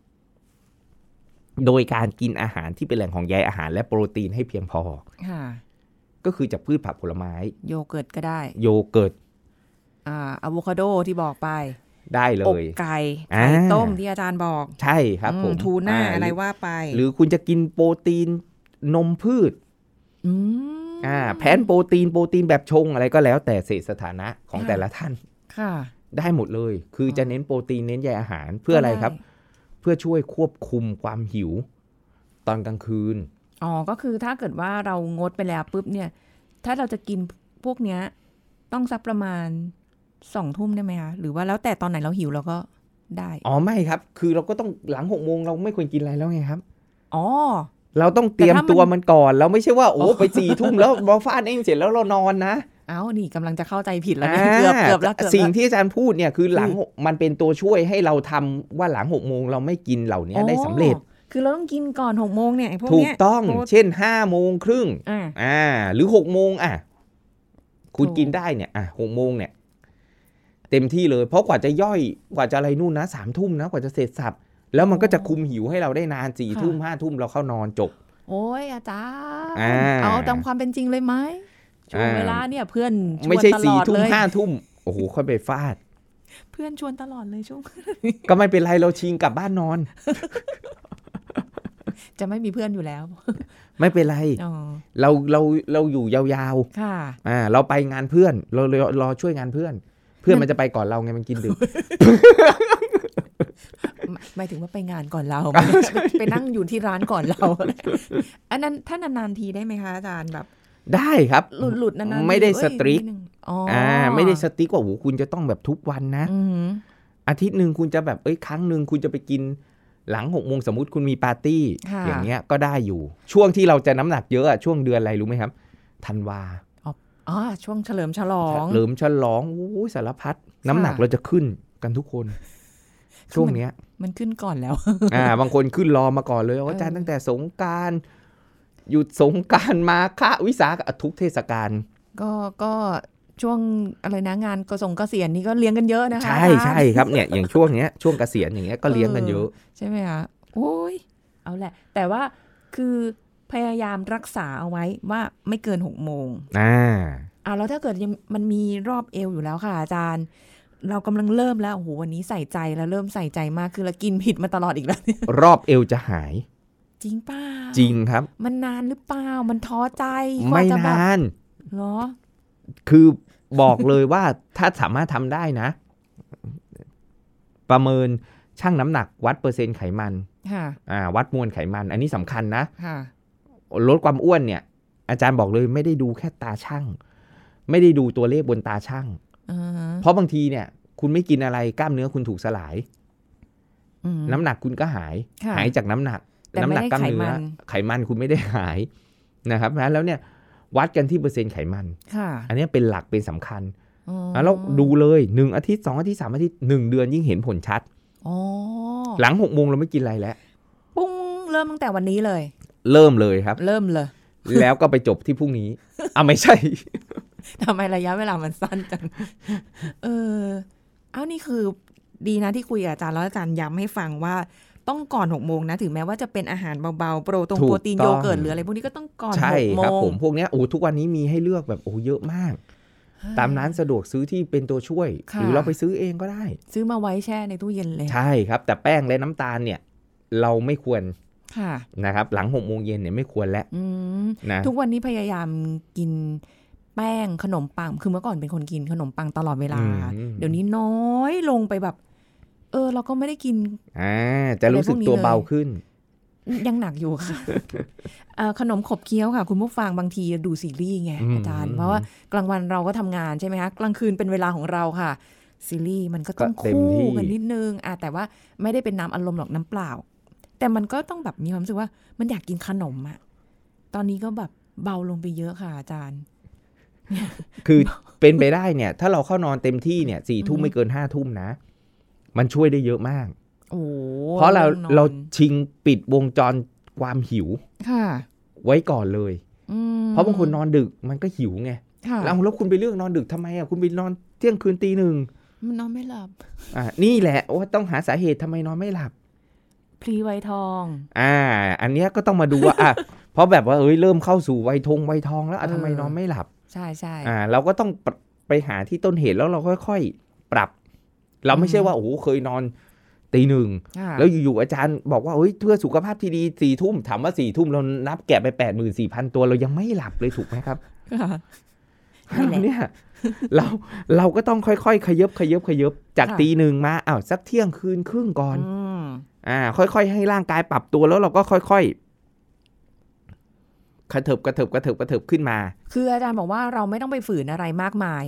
Speaker 2: โดยการกินอาหารที่เป็นแหล่งของใยอาหารและโปรตีนให้เพียงพอก็คือจากพืชผักผลไม้
Speaker 3: โยเกิร์ตก็ได้
Speaker 2: โยเกิร์ต
Speaker 3: อ่าอะโวคาโดที่บอกไป
Speaker 2: ได้เลย
Speaker 3: อกไก่ไข่ต้มที่อาจารย์บอก
Speaker 2: ใช่ครับผม
Speaker 3: ทูน่าอะไรว่าไป
Speaker 2: หรือคุณจะกินโปรตีนนมพืชอ่าแพนโปรตีนโปรตีนแบบชงอะไรก็แล้วแต่เศษสถานะของแต่ละท่าน
Speaker 3: ค่ะ
Speaker 2: ได้หมดเลยคือจะเน้นโปรตีนเน้นใยอาหารเพื่ออะไรครับเพื่อช่วยควบคุมความหิวตอนกลางคืน
Speaker 3: อ๋อก็คือถ้าเกิดว่าเรางดไปแล้วปุ๊บเนี่ยถ้าเราจะกินพวกเนี้ยต้องสักประมาณสองทุ่มได้ไหมคะหรือว่าแล้วแต่ตอนไหนเราหิวเราก็ได้
Speaker 2: อ๋อไม่ครับคือเราก็ต้องหลังหกโมงเราไม่ควรกินอะไรแล้วไงครับ
Speaker 3: อ๋อ
Speaker 2: เราต้องเตรียมตัวมันก่อนเราไม่ใช่ว่าโอ้ไปสี่ทุ่มแล้วบอฟาดเองเสร็จแล้วเรานอนนะ
Speaker 3: อ้าวนี่กำลังจะเข้าใจผิดแล้วเนี่ยเกือบเกือบแล้วเกือบ
Speaker 2: สิ่งที่อาจารย์พูดเนี่ยคือหลังมันเป็นตัวช่วยให้เราทำว่าหลังหกโมงเราไม่กินเหล่านี้ได้สำเร็จ
Speaker 3: คือเราต้องกินก่อนหกโมงเนี่ยพวก
Speaker 2: เนี้ยถูกต้องเช่นห้าโมงครึ่งอ่าหรือหกโมงอ่ะคุณกินได้เนี่ยอ่ะหกโมงเนี่ยเต็มที่เลยเพราะกว่าจะย่อยกว่าจะอะไรนู่นนะสามทุ่มนะกว่าจะเสร็จสับแล้วมันก็จะคุมหิวให้เราได้นานสี่ทุ่มห้าทุ่มเราเข้านอนจบ
Speaker 3: โอ้ยอาจารย์เอาตามความเป็นจริงเลยไหมช่วงเวลาเนี่ยเพื่อนชวนตลอดเลยไม่ใช่สี่ทุ่มห้าทุ่ม
Speaker 2: โอ้โหค่อยไปฟาด
Speaker 3: เพื่อนชวนตลอดเลยช่วง
Speaker 2: ก็ไม่เป็นไรเราชิงกลับบ้านนอน
Speaker 3: จะไม่มีเพื่อนอยู่แล้ว
Speaker 2: ไม่เป็นไรเราเราเราอยู่ยาว
Speaker 3: ๆค่ะ
Speaker 2: อ่าเราไปงานเพื่อนเรารอรอช่วยงานเพื่อนเพื่อนมันจะไปก่อนเราไงมันกินดึก
Speaker 3: หมายถึงว่าไปงานก่อนเราไปนั่งอยู่ที่ร้านก่อนเราอันนั้นถ้านานๆทีได้ไหมคะอาจารย์แบบ
Speaker 2: ได้ครับ
Speaker 3: หลุดๆนาน
Speaker 2: ๆไม่ได้สตริกอ่าไม่ได้สตริกว่าโอ้คุณจะต้องแบบทุกวันนะอาทิตย์นึงคุณจะแบบเอ้ยครั้งนึงคุณจะไปกินหลังหกโมงสมมุติคุณมีปาร์ตี้อย่างเงี้ยก็ได้อยู่ช่วงที่เราจะน้ำหนักเยอะช่วงเดือนอะไรรู้ไหมครับธันวา
Speaker 3: อ๋อช่วงเฉลิมฉลอง
Speaker 2: เฉลิมฉลองโอ้ยสารพัดน้ำหนักเราจะขึ้นกันทุกคนช่วงเนี้ย
Speaker 3: มันขึ้นก่อนแล้ว
Speaker 2: อ่าบางคนขึ้นรอมาก่อนเลยอาจารย์ตั้งแต่สงกรานต์หยุดสงกรานต์มาฆวิสาขทุกเทศกาล
Speaker 3: ก็ก็ช่วงอะไรนะงานกสงเกษียณนี่ก็เลี้ยงกันเยอะนะคะ
Speaker 2: ใช่ใช่ครับเนี่ยอย่างช่วงเนี้ยช่วงเกษียณอย่างเงี้ยก็เลี้ยงกันเยอะ
Speaker 3: ใช่ไหมคะโอ้ยเอาแหละแต่ว่าคือพยายามรักษาเอาไว้ว่าไม่เกินหกโมง
Speaker 2: อ่า
Speaker 3: อ่าแล้วถ้าเกิดยังมันมีรอบเอวอยู่แล้วค่ะอาจารย์เรากำลังเริ่มแล้วโอ้โหวันนี้ใส่ใจแล้วเริ่มใส่ใจมากคือเรากินผิดมาตลอดอีกแล้ว
Speaker 2: รอบเอวจะหาย
Speaker 3: จริงป่า
Speaker 2: จริงครับ
Speaker 3: มันนานหรือเปล่ามันท้อใจ
Speaker 2: ไม่นาน
Speaker 3: เหรอ
Speaker 2: คือบอกเลยว่าถ้าสามารถทำได้นะประเมินชั่งน้ำหนักวัดเปอร์เซ็นต์ไขมันอ่าวัดมวลไขมันอันนี้สำคัญนะลดความอ้วนเนี่ยอาจารย์บอกเลยไม่ได้ดูแค่ตาชั่งไม่ได้ดูตัวเลขบนตาชั่งเพราะบางทีเนี่ยคุณไม่กินอะไรกล้ามเนื้อคุณถูกสลายน้ำหนักคุณก็หายหายจากน้ำหนักน้ำหนักกล้ามเนื้อไขมันคุณไม่ได้หายนะครับแล้วเนี่ยวัดกันที่เปอร์เซ็นต์ไขมันอันนี้เป็นหลักเป็นสำคัญแล้วดูเลยหนึ่งอาทิตย์สองอาทิตย์สามอาทิตย์หนึ่งเดือนยิ่งเห็นผลชัดหลังหกโมงเราไม่กินอะไรแล้ว
Speaker 3: ปุ้งเริ่มตั้งแต่วันนี้เลย
Speaker 2: เริ่มเลยครับ
Speaker 3: เริ่มเลย
Speaker 2: แล้วก็ไปจบที่พรุ่งนี้อ่ะไม่ใช่
Speaker 3: ทำไมระยะเวลามันสั้นจังเออเอานี่คือดีนะที่คุยกับอาจารย์แล้วอาจารย์ย้ำให้ฟังว่าต้องก่อนหกโมงนะถึงแม้ว่าจะเป็นอาหารเบาๆโปรตงโปรตีนโยเกิร์ตหรืออะไรพวกนี้ก็ต้องก่อนหกโมงใช่ครับ
Speaker 2: ผมพวกนี้โอ้ทุกวันนี้มีให้เลือกแบบโอ้เยอะมากตามร้านสะดวกซื้อที่เป็นตัวช่วยหรือเราไปซื้อเองก็ได้
Speaker 3: ซื้อมาไว้แช่ในตู้เย็นเลย
Speaker 2: ใช่ครับแต่แป้งและน้ำตาลเนี่ยเราไม่ควรนะครับหลังหกโมงเย็นเนี่ยไม่ควรแล้ว
Speaker 3: นะทุกวันนี้พยายามกินแป้งขนมปังคือเมื่อก่อนเป็นคนกินขนมปังตลอดเวลาเดี๋ยวนี้น้อยลงไปแบบเออเราก็ไม่ได้กิน
Speaker 2: อ่าจะรู้สึกตัวเบาขึ้น
Speaker 3: ยังหนักอยู่ค่ะ ขนมขบเคี้ยวค่ะคุณผู้ฟังบางทีดูซีรีส์ไงอาจารย์เพราะว่ากลางวันเราก็ทำงานใช่ไหมคะกลางคืนเป็นเวลาของเราค่ะซีรีส์มันก็ต้องคู่กันนิดนึงอ่ะแต่ว่าไม่ได้เป็นน้ำอารมณ์หรอกน้ำเปล่าแต่มันก็ต้องแบบมีความรู้สึกว่ามันอยากกินขนมอ่ะตอนนี้ก็แบบเบาลงไปเยอะค่ะอาจารย์
Speaker 2: คือเป็นไปได้เนี่ยถ้าเราเข้านอนเต็มที่เนี่ยสี่ทุ่มไม่เกินห้าทุ่มนะมันช่วยได้เยอะมากเพราะเราเราชิงปิดวงจรความหิวไว้ก่อนเลยเพราะบางคนนอนดึกมันก็หิวไงแล้วแล้วคุณไปเลือกนอนดึกทำไมอ่ะคุณไปนอนเที่ยงคืนตีหนึ่ง
Speaker 3: มันนอนไม่หลับ
Speaker 2: อ่านี่แหละว่าต้องหาสาเหตุทำไมนอนไม่หลับ
Speaker 3: พลีไวทอง
Speaker 2: อ่าอันเนี้ยก็ต้องมาดูว่าอ่ะเพราะแบบว่าเอ้ยเริ่มเข้าสู่วัยทงวัยทองแล้วอ่ะทำไมนอนไม่หลับ
Speaker 3: ใช่ใช่
Speaker 2: อ่าเราก็ต้องไปหาที่ต้นเหตุแล้วเราค่อยๆปรับเราไม่ใช่ว่าโอ้โหเคยนอนตีหนึ่งแล้วอยู่ๆอาจารย์บอกว่าเฮ้ยเพื่อสุขภาพที่ดีสี่ทุ่มถามว่าสี่ทุ่มเรานับแกะไปแปดหมื่นสี่พันตัวเรายังไม่หลับเลยถูกไหมครับเนี่ยเราเราก็ต้องค่อยๆขยับขยับขยับจากตีหนึ่งมาอ้าวสักเที่ยงคืนครึ่งก่อนอ่าค่อยๆให้ร่างกายปรับตัวแล้วเราก็ค่อยๆกระเถิบกระเถิบกระเถิบกระเถิบขึ้นมา
Speaker 3: คืออาจารย์บอกว่าเราไม่ต้องไปฝืนอะไรมากมาย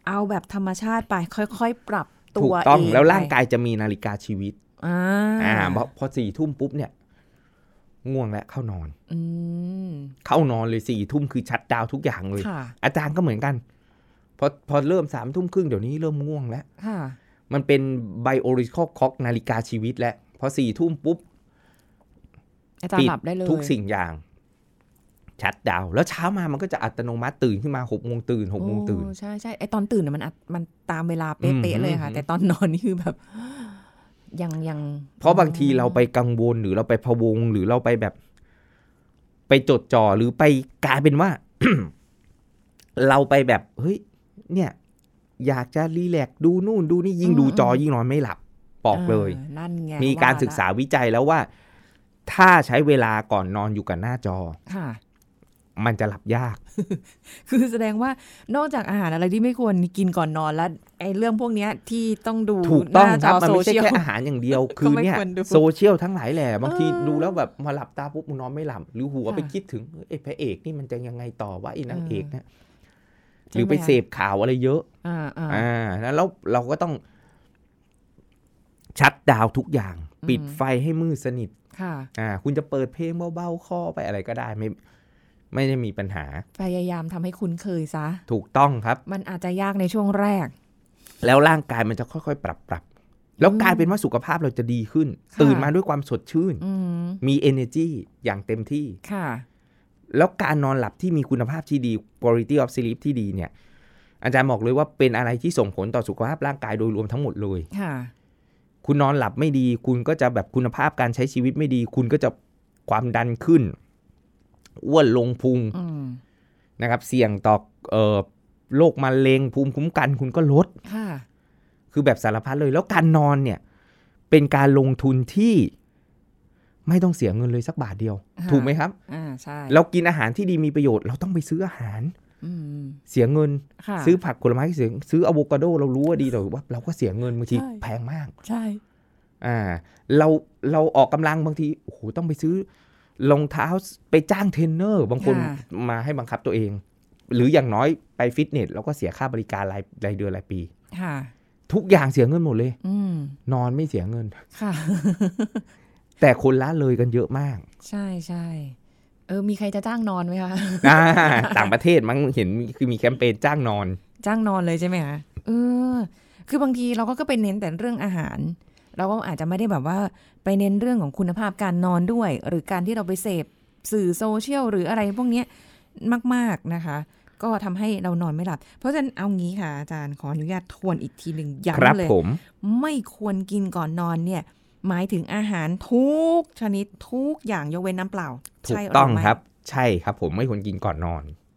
Speaker 3: เอาแบบธรรมชาติไปค่อยๆปรับตัว
Speaker 2: ถูกต้อง
Speaker 3: เอง
Speaker 2: แล้วร่างกายจะมีนาฬิกาชีวิต
Speaker 3: อ่า
Speaker 2: อ่าพอสี่ทุ่มปุ๊บเนี่ยง่วงแล้วเข้านอน
Speaker 3: อืม
Speaker 2: เข้านอนเลยสี่ทุ่มคือชัตดาวน์ทุกอย่างเลย
Speaker 3: ค่ะ
Speaker 2: อาจารย์ก็เหมือนกันพอพอเริ่มสามทุ่มครึ่งเดี๋ยวนี้เริ่มง่วงแล้ว
Speaker 3: ค่ะ
Speaker 2: มันเป็นไบโอริคอลคล็อกนาฬิกาชีวิตแล้วพอสี่ทุ่มปุ๊บ
Speaker 3: อาจารย์หลับได้เลย
Speaker 2: ทุกสิ่งอย่างชัตดาวน์แล้วเช้ามามันก็จะอัตโนมัติตื่นขึ้นมาหกโมงตื่นหกโมงตื่น
Speaker 3: โอ้ใช่ใช่ไอตอนตื่นน่ะมันอัดมันตามเวลาเป๊ะ
Speaker 2: อืม
Speaker 3: ๆเลยค่ะ
Speaker 2: อืม
Speaker 3: แต่ตอนนอนนี่คือแบบ ยังยัง
Speaker 2: เพราะบางทีเราไปกังวลหรือเราไปพะวงหรือเราไปแบบ ไปจดจ่อหรือไปกลายเป็นว่า เราไปแบบเฮ้ยเนี่ย อยากจะรีแลกซ์ดูนู่นดูนี่ยิ่งดูจอยิ่งนอนไม่หลับบอกเลย
Speaker 3: ออนั่นไง
Speaker 2: มีการ
Speaker 3: ว่
Speaker 2: ศึกษาวิจัยแล้วว่า ถ้าใช้เวลาก่อนนอนอยู่กับหน้าจอ
Speaker 3: ค่ะ
Speaker 2: มันจะหลับยาก
Speaker 3: คือแสดงว่านอกจากอาหารอะไรที่ไม่ควรกินก่อนนอนแล้วไอ้เรื่องพวกเนี้ยที่ต้องดู
Speaker 2: ถูกต้อง
Speaker 3: หน้าจ
Speaker 2: ครับ
Speaker 3: อ
Speaker 2: มัน
Speaker 3: โซ
Speaker 2: ไม่ใช่
Speaker 3: เชียล
Speaker 2: แค่อาหารอย่างเดียว คือ
Speaker 3: ก็ไม่
Speaker 2: เนี่ย
Speaker 3: ควรดู
Speaker 2: โซเชียลทั้งหลายแหละบางที
Speaker 3: เออ
Speaker 2: ดูแล้วแบบมาหลับตาปุ๊บนอนไม่หลับหรือหัว
Speaker 3: ค่ะ
Speaker 2: ไปคิดถึงเอ้พระเอกนี่มันจะยังไงต่อว่าไอ้นางเอกเนี่ย
Speaker 3: ใช่
Speaker 2: หรือไป
Speaker 3: ไหมคะ
Speaker 2: เสพข่าวอะไรเยอะ
Speaker 3: อ่าอ่า
Speaker 2: อ่าแล้วเราก็ต้องชัตดาวน์ทุกอย่าง
Speaker 3: อืม
Speaker 2: ปิดไฟให้มืดสนิท
Speaker 3: ค่ะ
Speaker 2: อ่าคุณจะเปิดเพลงเบาๆข้อไปอะไรก็ได้ไม่ไม่ได้มีปัญหา
Speaker 3: พยายามทำให้คุ้นเคยซะ
Speaker 2: ถูกต้องครับ
Speaker 3: มันอาจจะยากในช่วงแรก
Speaker 2: แล้วร่างกายมันจะค่อยๆปรับปรับแล้วกลายเป็นว่าสุขภาพเราจะดีขึ้น
Speaker 3: ค่ะ
Speaker 2: ตื่นมาด้วยความสดชื่น
Speaker 3: อืม
Speaker 2: มี energy อย่างเต็มที่
Speaker 3: ค่ะ
Speaker 2: แล้วการนอนหลับที่มีคุณภาพที่ดี quality of sleep ที่ดีเนี่ย อาจารย์บอกเลยว่าเป็นอะไรที่ส่งผลต่อสุขภาพร่างกายโดยรวมทั้งหมดเลย
Speaker 3: ค่ะ
Speaker 2: คุณนอนหลับไม่ดี คุณก็จะแบบคุณภาพการใช้ชีวิตไม่ดี คุณก็จะความดันขึ้น อ้วนลงพุง
Speaker 3: อืม
Speaker 2: นะครับ เสี่ยงต่อเอ่อโรคมะเร็งภูมิคุ้มกันคุณก็ลด
Speaker 3: ค่ะ
Speaker 2: คือแบบสารพัดเลย แล้วการนอนเนี่ย เป็นการลงทุนที่ไม่ต้องเสียเงินเลยสักบาทเดียว
Speaker 3: ค่ะ
Speaker 2: ถูกไหมครับ
Speaker 3: อ่าใช่
Speaker 2: เรากินอาหารที่ดีมีประโยชน์ เราต้องไปซื้ออาหาร
Speaker 3: อืม
Speaker 2: เสียเงิน
Speaker 3: ค่ะ
Speaker 2: ซื้อผักผลไม้เสียซื้ออะโวคาโดเรารู้ว่าดีแต่ว่าเราก็เสียเงินบางที
Speaker 3: ใช่
Speaker 2: แพงมาก
Speaker 3: ใช่
Speaker 2: อ่า เราเราออกกำลังบางทีโอ้โหต้องไปซื้อรองเท้าไปจ้างเทรนเนอร์บางคนมาให้บังคับตัวเอง หรืออย่างน้อยไปฟิตเนสเราก็เสียค่าบริการรายรายเดือนรายปี
Speaker 3: ค่ะ
Speaker 2: ทุกอย่างเสียเงินหมดเลย
Speaker 3: อืม
Speaker 2: นอนไม่เสียเงิน
Speaker 3: ค่ะ
Speaker 2: แต่คนละเลยกันเยอะมาก
Speaker 3: ใช่ใช่เออมีใครจะจ้างนอนไหมคะ
Speaker 2: อ่าต่างประเทศมั้งเห็นคือมีแคมเปญจ้างนอน
Speaker 3: จ้างนอนเลยใช่ไหมคะเออคือบางทีเราก็ก็ไปเน้นแต่เรื่องอาหาร เราก็อาจจะไม่ได้แบบว่าไปเน้นเรื่องของคุณภาพการนอนด้วย หรือการที่เราไปเสพสื่อโซเชียลหรืออะไรพวกเนี้ยมากๆนะคะ ก็ทำให้เรานอนไม่หลับ เพราะฉะนั้นเอางี้ค่ะอาจารย์ขออนุญาตทวนอีกทีหนึ่ง
Speaker 2: ครับ
Speaker 3: ย้ำเลย
Speaker 2: ผม
Speaker 3: ไม่ควรกินก่อนนอนเนี่ย หมายถึงอาหารทุกชนิดทุกอย่างยกเว้นน้ำเปล่า
Speaker 2: ถู
Speaker 3: ใช่
Speaker 2: ก
Speaker 3: หรื
Speaker 2: ต้อง
Speaker 3: ไม่
Speaker 2: ครับ ใช่ครับผมไม่ควรกินก่อนนอน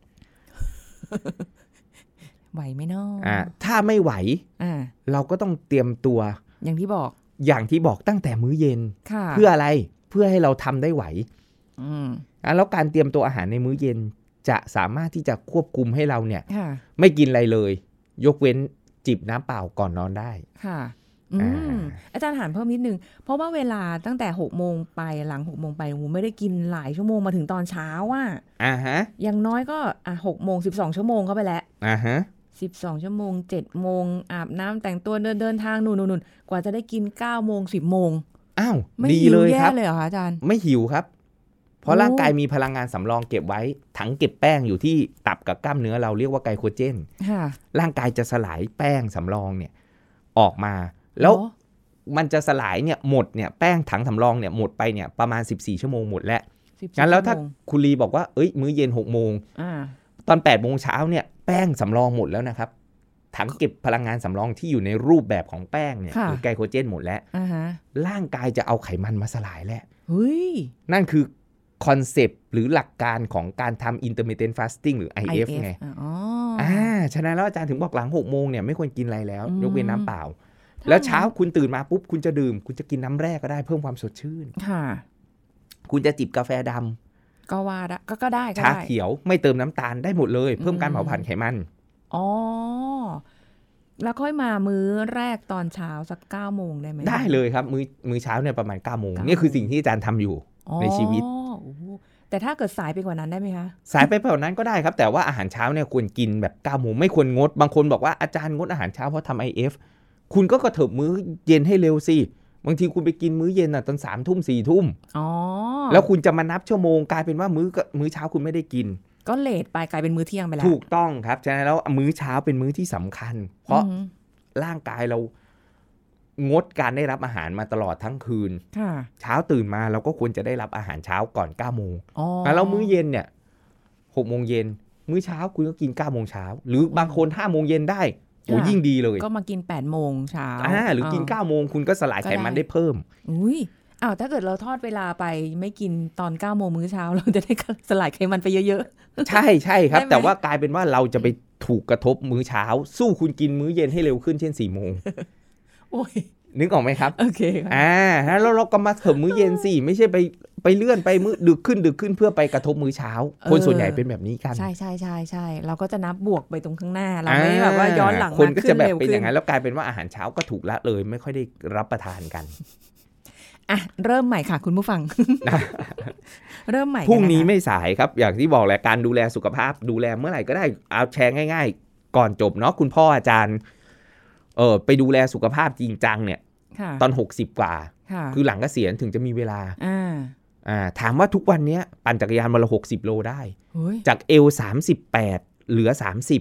Speaker 3: ไหวไหมเนาะ
Speaker 2: อ่าถ้าไม่ไหว
Speaker 3: อ่า
Speaker 2: เราก็ต้องเตรียมตัว
Speaker 3: อย่างที่บอก
Speaker 2: อย่างที่บอกตั้งแต่มื้อเย็น
Speaker 3: ค่ะ
Speaker 2: เพื่ออะไรเพื่อให้เราทำได้ไหว
Speaker 3: อืม
Speaker 2: อ่ะแล้วการเตรียมตัวอาหารในมื้อเย็นจะสามารถที่จะควบคุมให้เราเนี่ย
Speaker 3: ค่ะ
Speaker 2: ไม่กินอะไรเลย ยกเว้นจิบน้ำเปล่าก่อนนอนได้
Speaker 3: ค่ะ อื
Speaker 2: อ่า
Speaker 3: มอาจารย์ถามเพิ่มนิดนึง เพราะว่าเวลาตั้งแต่หกโมงไปหลังหกโมงไปหูไม่ได้กินหลายชั่วโมงมาถึงตอนเช้าอ่ะ
Speaker 2: อ่าฮะ
Speaker 3: อย่างน้อยก็อ่ะหกโมงสิบสองชั่วโมงเข้าไปแล้ว
Speaker 2: อ่าฮะ
Speaker 3: สิบสองชั่วโมงเจ็ดโมงอาบน้ำแต่งตัวเดินเดินทางนู่นนู่นกว่าจะได้กินเก้าโมงสิบโมง
Speaker 2: อ้าว
Speaker 3: ไม่
Speaker 2: ดี
Speaker 3: หิ
Speaker 2: เล
Speaker 3: วย แย่
Speaker 2: ครับ
Speaker 3: เลยเหรอคะอาจารย์
Speaker 2: ไม่หิวครับ เพราะ
Speaker 3: โอ้
Speaker 2: ร่างกายมีพลังงานสำรองเก็บไว้ ถังเก็บแป้งอยู่ที่ตับกับกล้ามเนื้อเราเรียกว่าไกลโคเจน
Speaker 3: ค่ะ
Speaker 2: ร่างกายจะสลายแป้งสำรองเนี่ยออกมา แล้ว
Speaker 3: โอ้
Speaker 2: มันจะสลายเนี่ยหมดเนี่ยแป้งถังสำรองเนี่ยหมดไปเนี่ยประมาณสิบสี่ชั่วโมงหมดแล้ว
Speaker 3: สิบสี่
Speaker 2: งั้นแล้วถ้า
Speaker 3: ชั่โมง
Speaker 2: คุณลีบอกว่าเอ้ยมื้อเย็นหกโมง
Speaker 3: อ่า
Speaker 2: ตอนแปดโมงเช้าเนี่ยแป้งสำรองหมดแล้วนะครับถังเก็บพลังงานสำรองที่อยู่ในรูปแบบของแป้งเนี่ยหรือไกลโคเจนหมดแล้ว
Speaker 3: อ่าฮะ
Speaker 2: ร่างกายจะเอาไขมันมาสลายแล้ว
Speaker 3: เฮ้ย
Speaker 2: นั่นคือคอนเซปต์หรือหลักการของการทำ intermittent fasting หรือ ไอ เอฟ ไง
Speaker 3: อ่ะอ๋อ
Speaker 2: อ่าฉะนั้นแล้วอาจารย์ถึงบอกหลังหกโมงเนี่ยไม่ควรกินอะไรแล้ว
Speaker 3: อืม
Speaker 2: ยกเว้นน้ำเปล่า
Speaker 3: ถ้า
Speaker 2: แล้วเช้าคุณตื่นมาปุ๊บคุณจะดื่ม คุณจะกินน้ำแร่ก็ได้เพิ่มความสดชื่น
Speaker 3: ค่ะ
Speaker 2: คุณจะจิบกาแฟดำ
Speaker 3: ก็ว่าได้ก็ก็ได้ก็
Speaker 2: ชา
Speaker 3: ได้
Speaker 2: เขียวไม่เติมน้ำตาลได้หมดเลย เพิ่มการ
Speaker 3: อืม
Speaker 2: เผาผลาญไขมัน
Speaker 3: อ๋อ แล้วค่อยมามื้อแรกตอนเช้าสักเก้าโมงได้ไหม
Speaker 2: ได้เลยครับ มื้อมื้อเช้าเนี่ยประมาณเก้าโมง
Speaker 3: เก้า
Speaker 2: นี่คือสิ่งที่อาจารย์ทำอยู่
Speaker 3: อ๋อ
Speaker 2: ในชีวิต
Speaker 3: โอ้โหแต่ถ้าเกิดสายไปกว่านั้นได้ไหมคะ
Speaker 2: สายไปกว่านั้นก็ได้ครับแต่ว่าอาหารเช้าเนี่ยควรกินแบบเก้าโมงไม่ควรงดบางคนบอกว่าอาจารย์งดอาหารเช้าเพราะทำ ไอ เอฟ คุณก็กระเถิบมื้อเย็นให้เร็วสิบางทีคุณไปกินมื้อเย็นอ่ะตอนสามทุ่มสี่ทุ่มอ๋อแล้วคุณจะมานับชั่วโมงกลายเป็นว่ามื้อมื้อเช้าคุณไม่ได้กิน
Speaker 3: ก็เลทไปกลายเป็นมื้อเที่ยงไปแล้ว
Speaker 2: ถูกต้องครับฉะนั้นแล้วมื้อเช้าเป็นมื้อที่สำคัญเพราะร่างกายเรางดการได้รับอาหารมาตลอดทั้งคืนเช้าตื่นมาเราก็ควรจะได้รับอาหารเช้าก่อนเก้าโมงแล้วมื้อเย็นเนี่ยหกโมงเย็นมื้อเช้าคุณก็กินเก้าโมงเช้าหรือบางคนห้าโมงเย็นได้โอ้ยิ่งดีเลย
Speaker 3: ก็มากินแปดโมงเช้า
Speaker 2: อ่าหรือกินเก้าโมงคุณก็สลายไขมันได้เพิ่ม
Speaker 3: อุ้ยอ้าวถ้าเกิดเราทอดเวลาไปไม่กินตอนเก้าโมงมื้อเช้าเราจะได้สลายไขมันไปเยอะ
Speaker 2: ๆใช่ใช่ครับแต่ว่ากลายเป็นว่าเราจะไปถูกกระทบมื้อเช้าสู้คุณกินมื้อเย็นให้เร็วขึ้นเช่นสี่โมงโอ้ยนึกออกไหมครับ
Speaker 3: โอเค
Speaker 2: อ่าแล้วเราก็มาเถิบมื้อเย็นสิไม่ใช่ไปไปเลื่อนไปมื้อดึกขึ้นดึกขึ้นเพื่อไปกระทบมื้อเช้าคนส่วนใหญ่เป็นแบบนี้กัน
Speaker 3: ใช่ใช่ใช่ใช่เราก็จะนับบวกไปตรงข้างหน้าเราไม่แบบว่าย้อนหลัง
Speaker 2: คนก็จะแบบเป็นอย่างนั้นแล้วกลายเป็นว่าอาหารเช้าก็ถูกละเลยไม่ค่อยได้รับประทานกัน
Speaker 3: อ่ะเริ่มใหม่ค่ะคุณผู้ฟัง เริ่มใหม่
Speaker 2: พรุ่งนี้ไม่สายครับอย่างที่บอกแหละการดูแลสุขภาพดูแลเมื่อไหร่ก็ได้เอาแชร์ง่ายๆก่อนจบเนาะคุณพ่ออาจารย์เออไปดูแลสุขภาพจริงจังเนี่ยตอนหกสิบกว่าคือหลังเกษียณถึงจะมีเวลาอ่าถามว่าทุกวันนี้ปั่นจักรยานวันละหกสิบโลได้จากเอวสามสิบแปดเหลือสามสิบ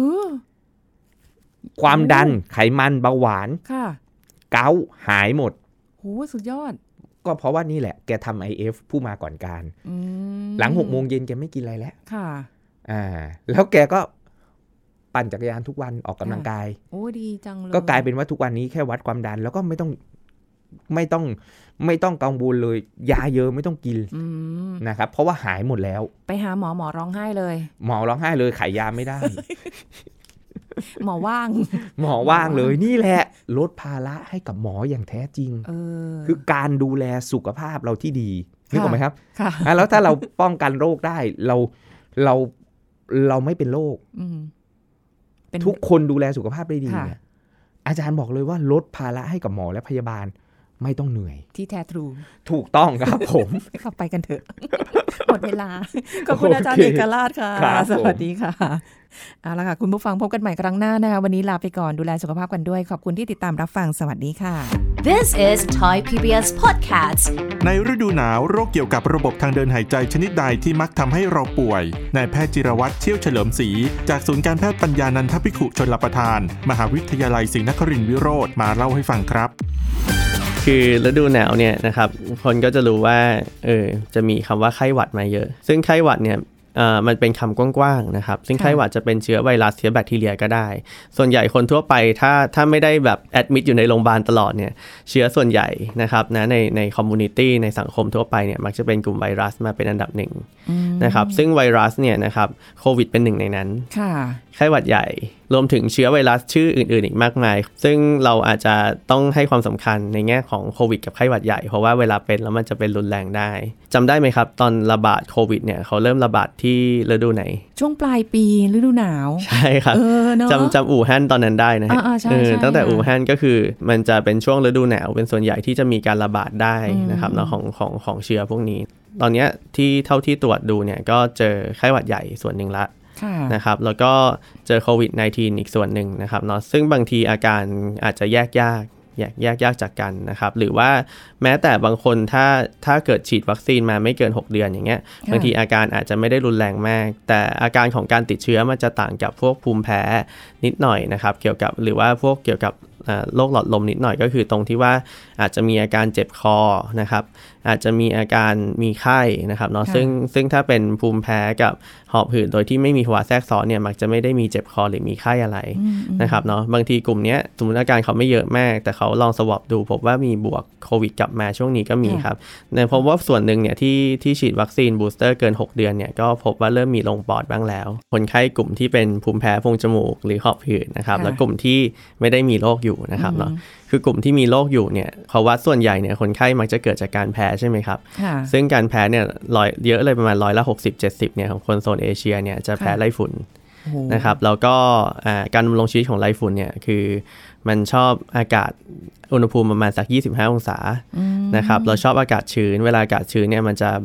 Speaker 2: ความดันไขมันเบาหวานเกาต์หายหมด
Speaker 3: โหสุดยอด
Speaker 2: ก็เพราะว่านี่แหละแกทำ ไอ เอฟ ผู้มาก่อนการหลังหกโมงเย็นแกไม่กินอะไรแล้วค่ะอ่าแล้วแกก็ปั่นจักรยานทุกวันออกกำลังกาย
Speaker 3: โอ้ดีจังเลย
Speaker 2: ก็กลายเป็นว่าทุกวันนี้แค่วัดความดันแล้วก็ไม่ต้องไม่ต้องไม่ต้องกังวลเลยยาเยอะไม่ต้องกินนะครับเพราะว่าหายหมดแล้ว
Speaker 3: ไปหาหมอหมอร้องไห้เลย
Speaker 2: หมอร้องไห้เลยขายยาไม่ได้
Speaker 3: หมอว่าง
Speaker 2: หมอว่างเลยนี่แหละลดภาระให้กับหมออย่างแท้จริงคือการดูแลสุขภาพเราที่ดีนึกออกไหมครับแล้วถ้าเราป้องกันโรคได้เราเราเราไม่เป็นโรคทุกคนดูแลสุขภาพได้ดีเนี่ยอาจารย์บอกเลยว่าลดภาระให้กับหมอและพยาบาลไม่ต้องเหนื่อย
Speaker 3: ที่แท้ทรู
Speaker 2: ถูกต้องครับผม
Speaker 3: เข้าไปกันเถอะหมดเวลาขอบคุณอาจารย์เอกราชค่ะสวัสดีค่ะเอาละค่ะคุณผู้ฟังพบกันใหม่ครั้งหน้านะคะวันนี้ลาไปก่อนดูแลสุขภาพกันด้วยขอบคุณที่ติดตามรับฟังสวัสดีค่ะ
Speaker 1: This is Thai พี บี เอส Podcast
Speaker 4: ในฤดูหนาวโรคเกี่ยวกับระบบทางเดินหายใจชนิดใดที่มักทำให้เราป่วยนายแพทย์จิรวัตรเชี่ยวเฉลิมศรีจากศูนย์การแพทย์ปัญญานันทภิกขุชลประทานมหาวิทยาลัยศรีนครินทรวิโรธมาเล่าให้ฟังครับ
Speaker 5: คือฤดูหนาวเนี่ยนะครับคนก็จะรู้ว่าเออจะมีคำว่าไข้หวัดมาเยอะซึ่งไข้หวัดเนี่ยเอ่อมันเป็นคำกว้างๆนะครับซึ่งไข้หวัดจะเป็นเชื้อไวรัสเชื้อแบคทีเรียก็ได้ส่วนใหญ่คนทั่วไปถ้าถ้าไม่ได้แบบแอดมิดอยู่ในโรงพยาบาลตลอดเนี่ยเชื้อส่วนใหญ่นะครับนะในในคอมมูนิตี้ในสังคมทั่วไปเนี่ยมักจะเป็นกลุ่มไวรัสมาเป็นอันดับหนึ่งนะครับซึ่งไวรัสเนี่ยนะครับโควิดเป็นหนึ่งในนั้นไข้หวัดใหญ่รวมถึงเชื้อไวรัสชื่ออื่นๆอีกมากมายซึ่งเราอาจจะต้องให้ความสำคัญในแง่ของโควิดกับไข้หวัดใหญ่เพราะว่าเวลาเป็นแล้วมันจะเป็นรุนแรงได้จำได้ไหมครับตอนระบาดโควิดเนี่ยเขาเริ่มระบาดที่ฤดูไหน
Speaker 3: ช่วงปลายปีฤดูหนาว
Speaker 5: ใช่ครับจำจำอู่ฮั่นตอนนั้นได้นะฮะตั้งแต่อู่ฮั่นก็คือมันจะเป็นช่วงฤดูหนาวเป็นส่วนใหญ่ที่จะมีการระบาดได้นะครับเนาะของของของเชื้อพวกนี้ตอนนี้ที่เท่าที่ตรวจดูเนี่ยก็เจอไข้หวัดใหญ่ส่วนหนึ่งละนะครับแล้วก็เจอโควิด สิบเก้า อีกส่วนหนึ่งนะครับเนาะซึ่งบางทีอาการอาจจะแยกยากแยกแยกยากจากกันนะครับหรือว่าแม้แต่บางคนถ้าถ้าเกิดฉีดวัคซีนมาไม่เกินหกเดือนอย่างเงี้ยบางทีอาการอาจจะไม่ได้รุนแรงมากแต่อาการของการติดเชื้อมันจะต่างกับพวกภูมิแพ้นิดหน่อยนะครับเกี่ยวกับหรือว่าพวกเกี่ยวกับโรคหลอดลมนิดหน่อยก็คือตรงที่ว่าอาจจะมีอาการเจ็บคอนะครับอาจจะมีอาการมีไข้นะครับเนาะซึ่งซึ่งถ้าเป็นภูมิแพ้กับหอบหืดโดยที่ไม่มีภาวะแทรกซ้อนเนี่ยมักจะไม่ได้มีเจ็บคอหรือมีไข้อะไรนะครับเนาะบางทีกลุ่มนี้สมมติอาการเขาไม่เยอะมากแต่เขาลองสวอปดูพบว่ามีบวกโควิดกลับมาช่วงนี้ก็มีครับในพบว่าส่วนหนึ่งเนี่ยที่ที่ฉีดวัคซีนบูสเตอร์เกินหกเดือนเนี่ยก็พบว่าเริ่มมีลงปอดบ้างแล้วคนไข้กลุ่มที่เป็นภูมิแพ้โพรงจมูกหรือหอบหืดนะครับและกลุ่มที่ไม่ได้มีโรคอยู่นะครับเนาะคือกลุ่มที่มีโรคอยู่เนี่ยเขาวัดส่วนใหญ่เนี่ยคนไข้มักจะเกิดจากการแพ้ใช่ไหมครับซึ่งการแพ้เนี่ยร้อยเยอะเลยประมาณร้อยละหกสิบ เจ็ดสิบเนี่ยของคนโซนเอเชียเนี่ยจะแพ้ไรฝุ่นนะครับแล้วก็การดำรงชีวิตของไรฝุ่นเนี่ยคือมันชอบอากาศอุณหภูมิประมาณสักยี่สิบห้าองศานะครับเราชอบอากาศชื้นเวลาอากาศชื้นเนี่ยมันจะแบบ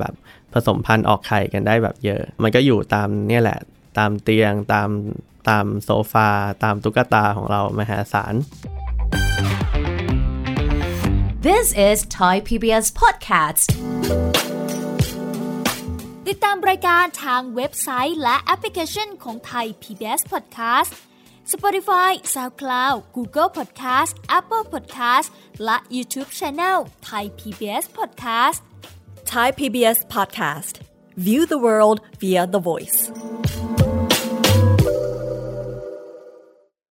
Speaker 5: ผสมพันธุ์ออกไข่กันได้แบบเยอะมันก็อยู่ตามเนี่ยแหละตามเตียงตามตามโซฟาตามตุ๊กตาของเรามหาศาล
Speaker 1: This is Thai พี บี เอส Podcast
Speaker 6: ติดตามรายการทางเว็บไซต์และแอปพลิเคชันของ Thai พี บี เอส Podcast Spotify, SoundCloud, Google Podcast, Apple Podcast และ YouTube Channel Thai พี บี เอส Podcast
Speaker 7: Thai พี บี เอส Podcast View the world via the voice